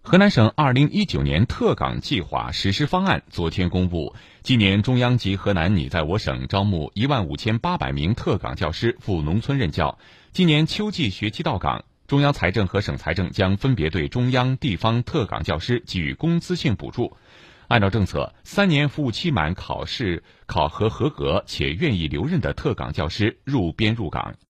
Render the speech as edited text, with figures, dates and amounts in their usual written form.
河南省2019年特岗计划实施方案昨天公布，今年中央及河南拟在我省招募15800名特岗教师赴农村任教。今年秋季学期到岗，中央财政和省财政将分别对中央、地方特岗教师给予工资性补助。按照政策，3年服务期满考试考核合格且愿意留任的特岗教师入编入岗。